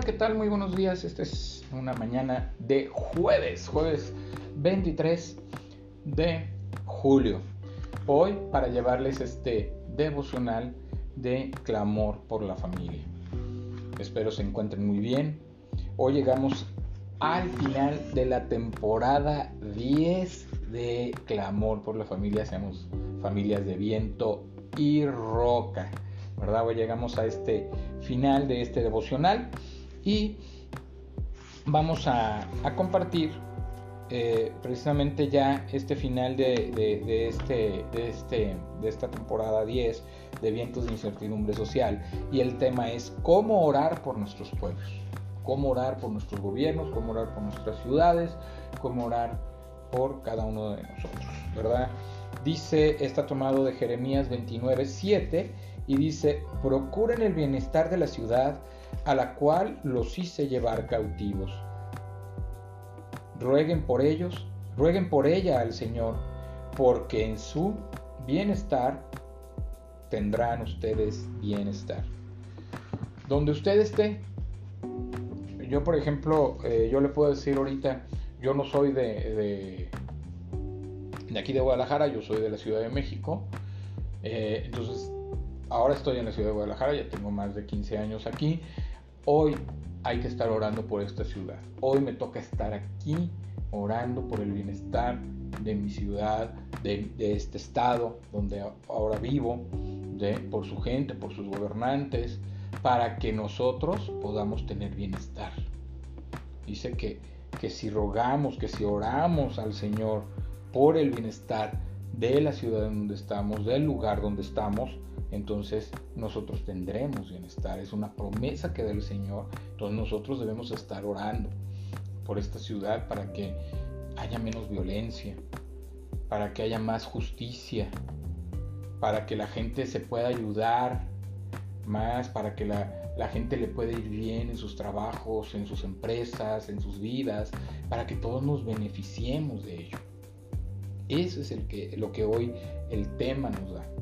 ¿qué tal? Muy buenos días. Esta es una mañana de jueves 23 de julio. Hoy para llevarles este devocional de clamor por la familia. Espero se encuentren muy bien. Hoy llegamos al final de la temporada 10 de clamor por la familia. Seamos familias de viento y roca, ¿verdad? Hoy llegamos a este final de este devocional y vamos a compartir precisamente ya este final de esta temporada 10 de vientos de incertidumbre social, y el tema es cómo orar por nuestros pueblos, cómo orar por nuestros gobiernos, cómo orar por nuestras ciudades, cómo orar por cada uno de nosotros, ¿verdad? Dice, está tomado de Jeremías 29:7 y dice: procuren el bienestar de la ciudad a la cual los hice llevar cautivos. Rueguen por ella al Señor, porque en su bienestar tendrán ustedes bienestar. Donde usted esté, yo por ejemplo, yo le puedo decir ahorita, yo no soy de aquí de Guadalajara, yo soy de la Ciudad de México, entonces ahora estoy en la Ciudad de Guadalajara, ya tengo más de 15 años aquí. Hoy hay que estar orando por esta ciudad. Hoy me toca estar aquí orando por el bienestar de mi ciudad, de este estado donde ahora vivo, por su gente, por sus gobernantes, para que nosotros podamos tener bienestar. Dice que si rogamos, que si oramos al Señor por el bienestar de la ciudad donde estamos, del lugar donde estamos, entonces nosotros tendremos bienestar. Es una promesa que da el Señor. Entonces nosotros debemos estar orando por esta ciudad para que haya menos violencia, para que haya más justicia, para que la gente se pueda ayudar más, para que la gente le pueda ir bien en sus trabajos, en sus empresas, en sus vidas, para que todos nos beneficiemos de ello. Eso es lo que hoy el tema nos da.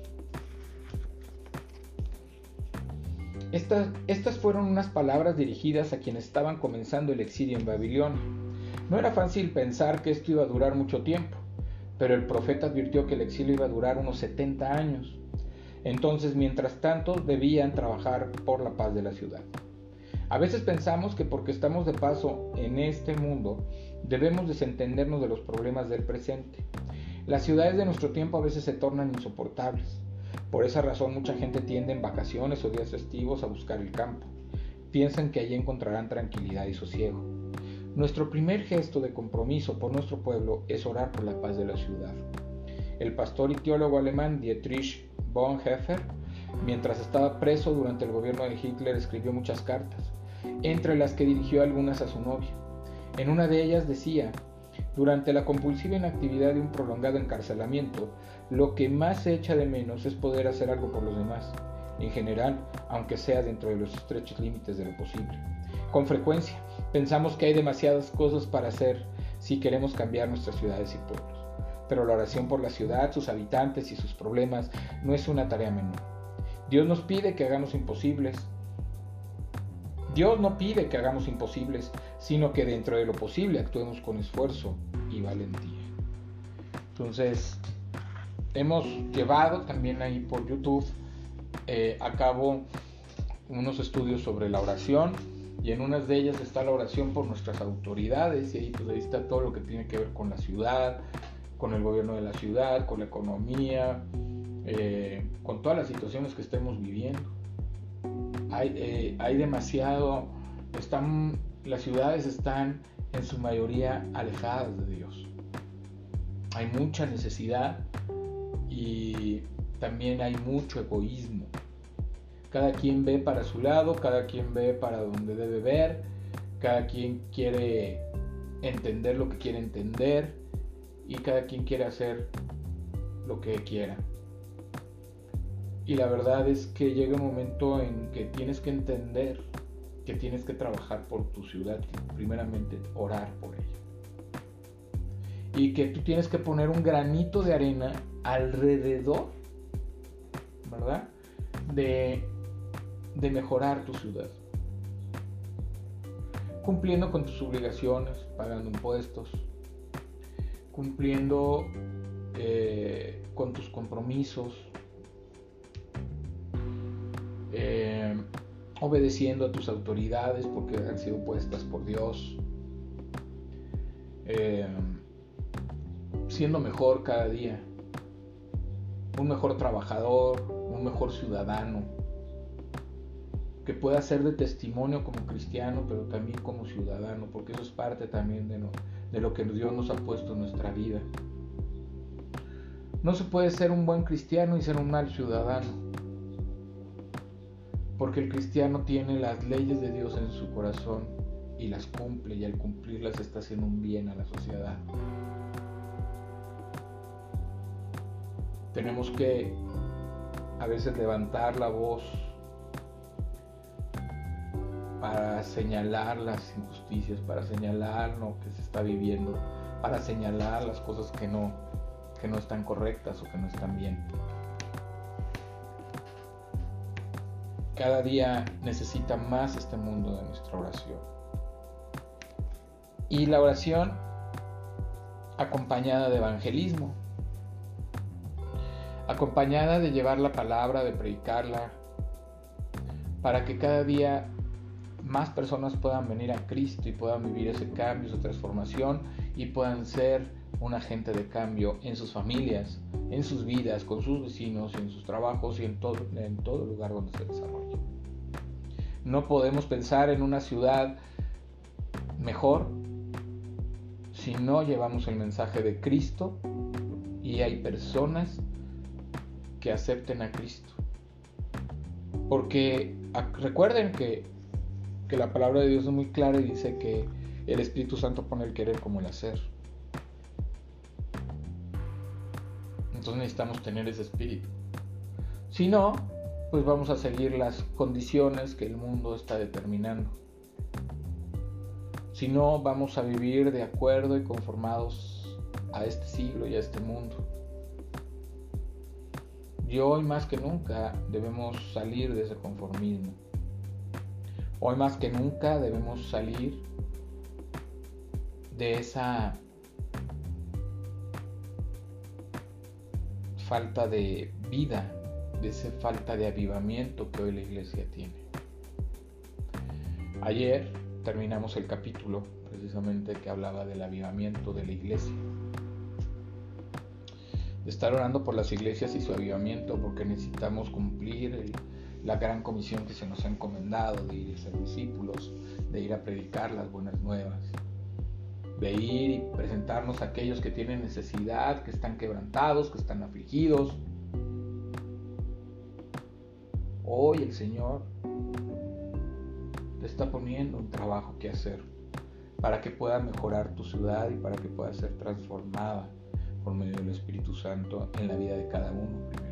Estas fueron unas palabras dirigidas a quienes estaban comenzando el exilio en Babilonia. No era fácil pensar que esto iba a durar mucho tiempo, pero el profeta advirtió que el exilio iba a durar unos 70 años. Entonces, mientras tanto, debían trabajar por la paz de la ciudad. A veces pensamos que porque estamos de paso en este mundo, debemos desentendernos de los problemas del presente. Las ciudades de nuestro tiempo a veces se tornan insoportables. Por esa razón mucha gente tiende en vacaciones o días festivos a buscar el campo. Piensan que allí encontrarán tranquilidad y sosiego. Nuestro primer gesto de compromiso por nuestro pueblo es orar por la paz de la ciudad. El pastor y teólogo alemán Dietrich Bonhoeffer, mientras estaba preso durante el gobierno de Hitler, escribió muchas cartas, entre las que dirigió algunas a su novia. En una de ellas decía: durante la compulsiva inactividad de un prolongado encarcelamiento, lo que más se echa de menos es poder hacer algo por los demás, en general, aunque sea dentro de los estrechos límites de lo posible. Con frecuencia, pensamos que hay demasiadas cosas para hacer si queremos cambiar nuestras ciudades y pueblos, pero la oración por la ciudad, sus habitantes y sus problemas no es una tarea menor. Dios no pide que hagamos imposibles, sino que dentro de lo posible actuemos con esfuerzo y valentía. Entonces, hemos llevado también ahí por YouTube a cabo unos estudios sobre la oración, y en unas de ellas está la oración por nuestras autoridades, y ahí está todo lo que tiene que ver con la ciudad, con el gobierno de la ciudad, con la economía, con todas las situaciones que estemos viviendo. Hay demasiado, las ciudades están en su mayoría alejadas de Dios. Hay mucha necesidad y también hay mucho egoísmo. Cada quien ve para su lado, cada quien ve para donde debe ver, cada quien quiere entender lo que quiere entender y cada quien quiere hacer lo que quiera. Y la verdad es que llega un momento en que tienes que entender que tienes que trabajar por tu ciudad, primeramente orar por ella. Y que tú tienes que poner un granito de arena alrededor, ¿verdad?, de mejorar tu ciudad. cumpliendo con tus obligaciones, pagando impuestos, cumpliendo con tus compromisos, obedeciendo a tus autoridades porque han sido puestas por Dios, siendo mejor cada día, un mejor trabajador, un mejor ciudadano, que pueda ser de testimonio como cristiano, pero también como ciudadano, porque eso es parte también de lo que Dios nos ha puesto en nuestra vida. No se puede ser un buen cristiano y ser un mal ciudadano, porque el cristiano tiene las leyes de Dios en su corazón y las cumple, y al cumplirlas está haciendo un bien a la sociedad. Tenemos que a veces levantar la voz para señalar las injusticias, para señalar lo que se está viviendo, para señalar las cosas que no están correctas o que no están bien. Cada día necesita más este mundo de nuestra oración. Y la oración acompañada de evangelismo, acompañada de llevar la palabra, de predicarla, para que cada día más personas puedan venir a Cristo y puedan vivir ese cambio, esa transformación, y puedan ser un agente de cambio en sus familias, en sus vidas, con sus vecinos, en sus trabajos y en todo lugar donde se desarrolle. No podemos pensar en una ciudad mejor si no llevamos el mensaje de Cristo y hay personas que acepten a Cristo. Porque recuerden que la palabra de Dios es muy clara y dice que el Espíritu Santo pone el querer como el hacer. Entonces necesitamos tener ese espíritu. Si no, pues vamos a seguir las condiciones que el mundo está determinando. Si no, vamos a vivir de acuerdo y conformados a este siglo y a este mundo. Y hoy más que nunca debemos salir de ese conformismo. Hoy más que nunca debemos salir de esa falta de vida, de esa falta de avivamiento que hoy la iglesia tiene. Ayer terminamos el capítulo precisamente que hablaba del avivamiento de la iglesia. De estar orando por las iglesias y su avivamiento, porque necesitamos cumplir la gran comisión que se nos ha encomendado de ir a ser discípulos, de ir a predicar las buenas nuevas, de ir y presentarnos a aquellos que tienen necesidad, que están quebrantados, que están afligidos. Hoy el Señor te está poniendo un trabajo que hacer para que pueda mejorar tu ciudad y para que pueda ser transformada por medio del Espíritu Santo en la vida de cada uno primero.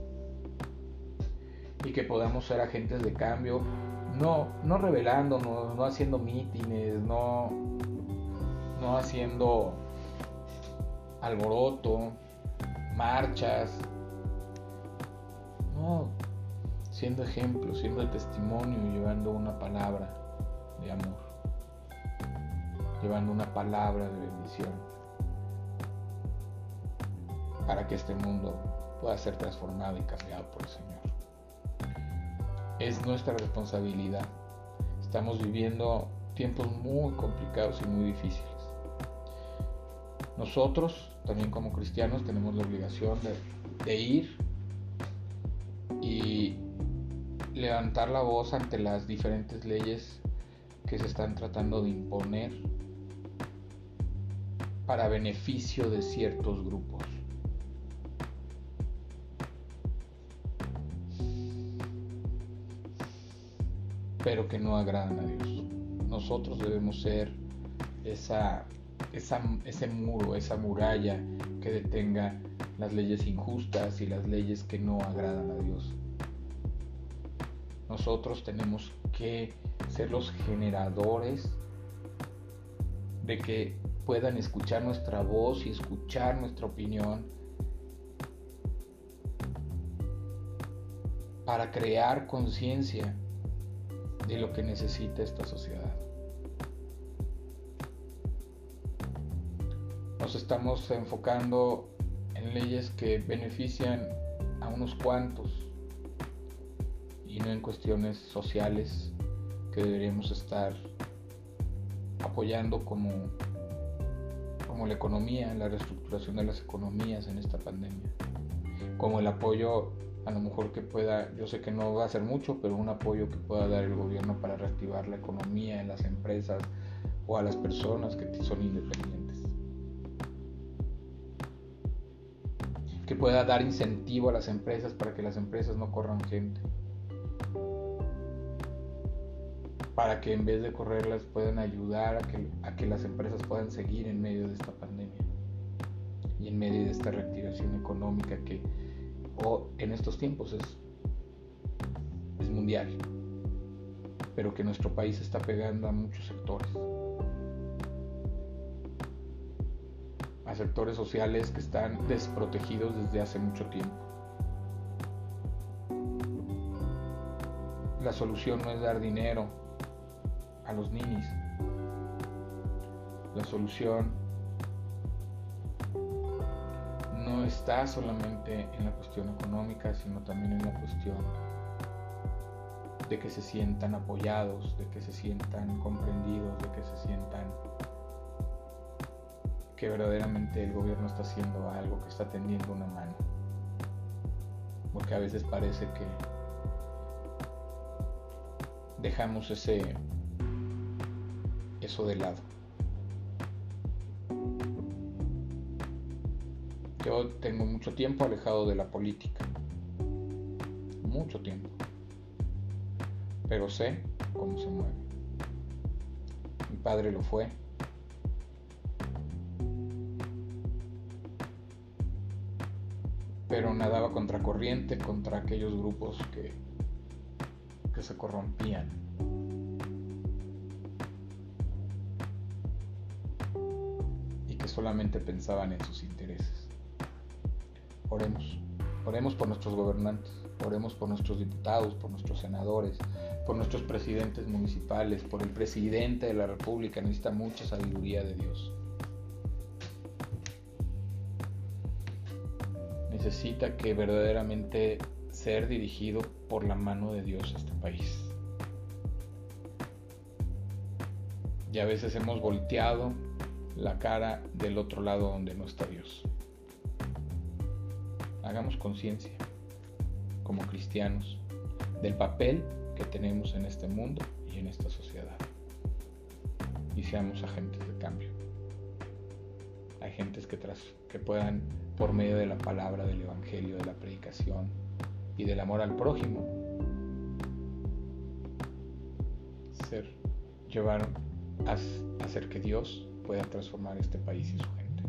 Y que podamos ser agentes de cambio, no rebelándonos, no haciendo mítines, no haciendo alboroto, marchas, no, siendo ejemplo, siendo el testimonio, llevando una palabra de amor, llevando una palabra de bendición, para que este mundo pueda ser transformado y cambiado por el Señor. Es nuestra responsabilidad. Estamos viviendo tiempos muy complicados y muy difíciles. Nosotros, también como cristianos, tenemos la obligación de ir y levantar la voz ante las diferentes leyes que se están tratando de imponer para beneficio de ciertos grupos. Pero que no agradan a Dios. Nosotros debemos ser ese muro, esa muralla que detenga las leyes injustas y las leyes que no agradan a Dios. Nosotros tenemos que ser los generadores de que puedan escuchar nuestra voz y escuchar nuestra opinión para crear conciencia de lo que necesita esta sociedad. nos estamos enfocando en leyes que benefician a unos cuantos y no en cuestiones sociales que deberíamos estar apoyando como la economía, la reestructuración de las economías en esta pandemia, como el apoyo a lo mejor que pueda, yo sé que no va a ser mucho, pero un apoyo que pueda dar el gobierno para reactivar la economía en las empresas o a las personas que son independientes, que pueda dar incentivo a las empresas para que las empresas no corran gente, para que en vez de correrlas puedan ayudar a que las empresas puedan seguir en medio de esta pandemia y en medio de esta reactivación económica que en estos tiempos es mundial, pero que nuestro país está pegando a muchos sectores, a sectores sociales que están desprotegidos desde hace mucho tiempo. La solución no es dar dinero a los ninis. La solución no está solamente en la cuestión económica, sino también en la cuestión de que se sientan apoyados, de que se sientan comprendidos, de que se sientan que verdaderamente el gobierno está haciendo algo, que está tendiendo una mano. Porque a veces parece que dejamos eso de lado. Yo tengo mucho tiempo alejado de la política, mucho tiempo, pero sé cómo se mueve. Mi padre lo fue. Pero nadaba contracorriente contra aquellos grupos que se corrompían. Y que solamente pensaban en sus intereses. Oremos por nuestros gobernantes, oremos por nuestros diputados, por nuestros senadores, por nuestros presidentes municipales, por el presidente de la República. Necesita mucha sabiduría de Dios. Necesita que verdaderamente ser dirigido por la mano de Dios a este país. Y a veces hemos volteado la cara del otro lado donde no está Dios. Hagamos conciencia como cristianos del papel que tenemos en este mundo y en esta sociedad. Y seamos agentes de cambio. Agentes que puedan, por medio de la palabra, del evangelio, de la predicación y del amor al prójimo, hacer que Dios pueda transformar este país y su gente.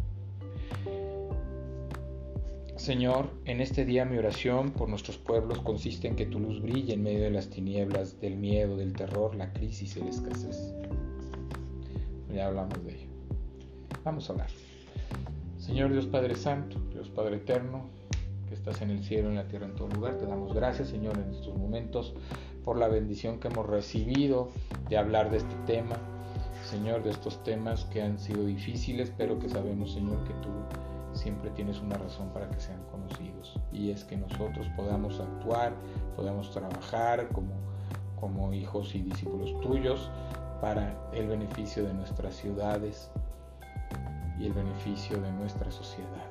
Señor, en este día mi oración por nuestros pueblos consiste en que tu luz brille en medio de las tinieblas, del miedo, del terror, la crisis y la escasez. Ya hablamos de ello. Vamos a orar. Señor Dios Padre Santo, Dios Padre Eterno, que estás en el cielo, en la tierra, en todo lugar, te damos gracias, Señor, en estos momentos por la bendición que hemos recibido de hablar de este tema, Señor, de estos temas que han sido difíciles, pero que sabemos, Señor, que tú siempre tienes una razón para que sean conocidos, y es que nosotros podamos actuar, podamos trabajar como hijos y discípulos tuyos para el beneficio de nuestras ciudades y el beneficio de nuestra sociedad.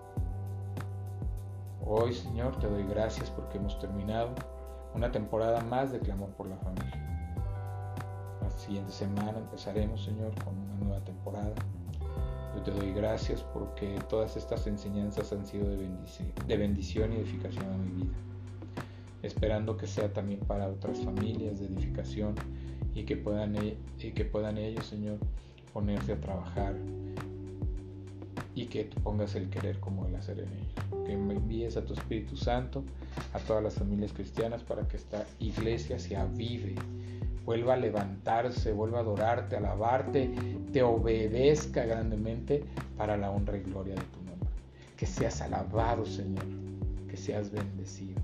Hoy, Señor, te doy gracias porque hemos terminado una temporada más de clamor por la familia. La siguiente semana empezaremos, Señor, con una nueva temporada. Yo te doy gracias porque todas estas enseñanzas han sido de bendición y edificación a mi vida, esperando que sea también para otras familias de edificación y que puedan ellos, Señor, ponerse a trabajar y que tú pongas el querer como el hacer en ellos. Que me envíes a tu Espíritu Santo a todas las familias cristianas para que esta iglesia se avive, vuelva a levantarse, vuelva a adorarte, a alabarte, te obedezca grandemente para la honra y gloria de tu nombre. Que seas alabado, Señor, que seas bendecido.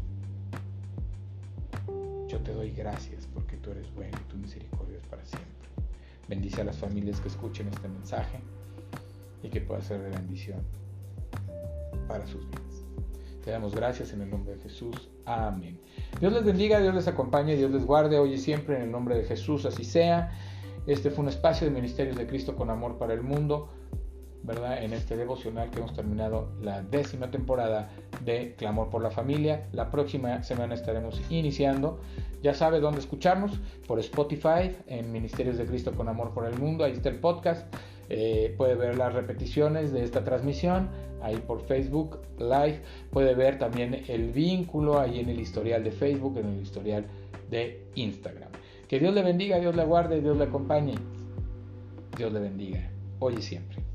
Yo te doy gracias porque tú eres bueno y tu misericordia es para siempre. Bendice a las familias que escuchen este mensaje y que pueda ser de bendición para sus vidas. Te damos gracias en el nombre de Jesús. Amén. Dios les bendiga, Dios les acompañe, Dios les guarde hoy y siempre en el nombre de Jesús, así sea. Este fue un espacio de Ministerios de Cristo con amor para el mundo, ¿verdad? En este devocional que hemos terminado la 10ª temporada de Clamor por la Familia. La próxima semana estaremos iniciando. Ya sabe dónde escucharnos, por Spotify, en Ministerios de Cristo con amor por el mundo. Ahí está el podcast. Puede ver las repeticiones de esta transmisión ahí por Facebook Live. Puede ver también el vínculo ahí en el historial de Facebook, en el historial de Instagram. Que Dios le bendiga, Dios le guarde, Dios le acompañe. Dios le bendiga hoy y siempre.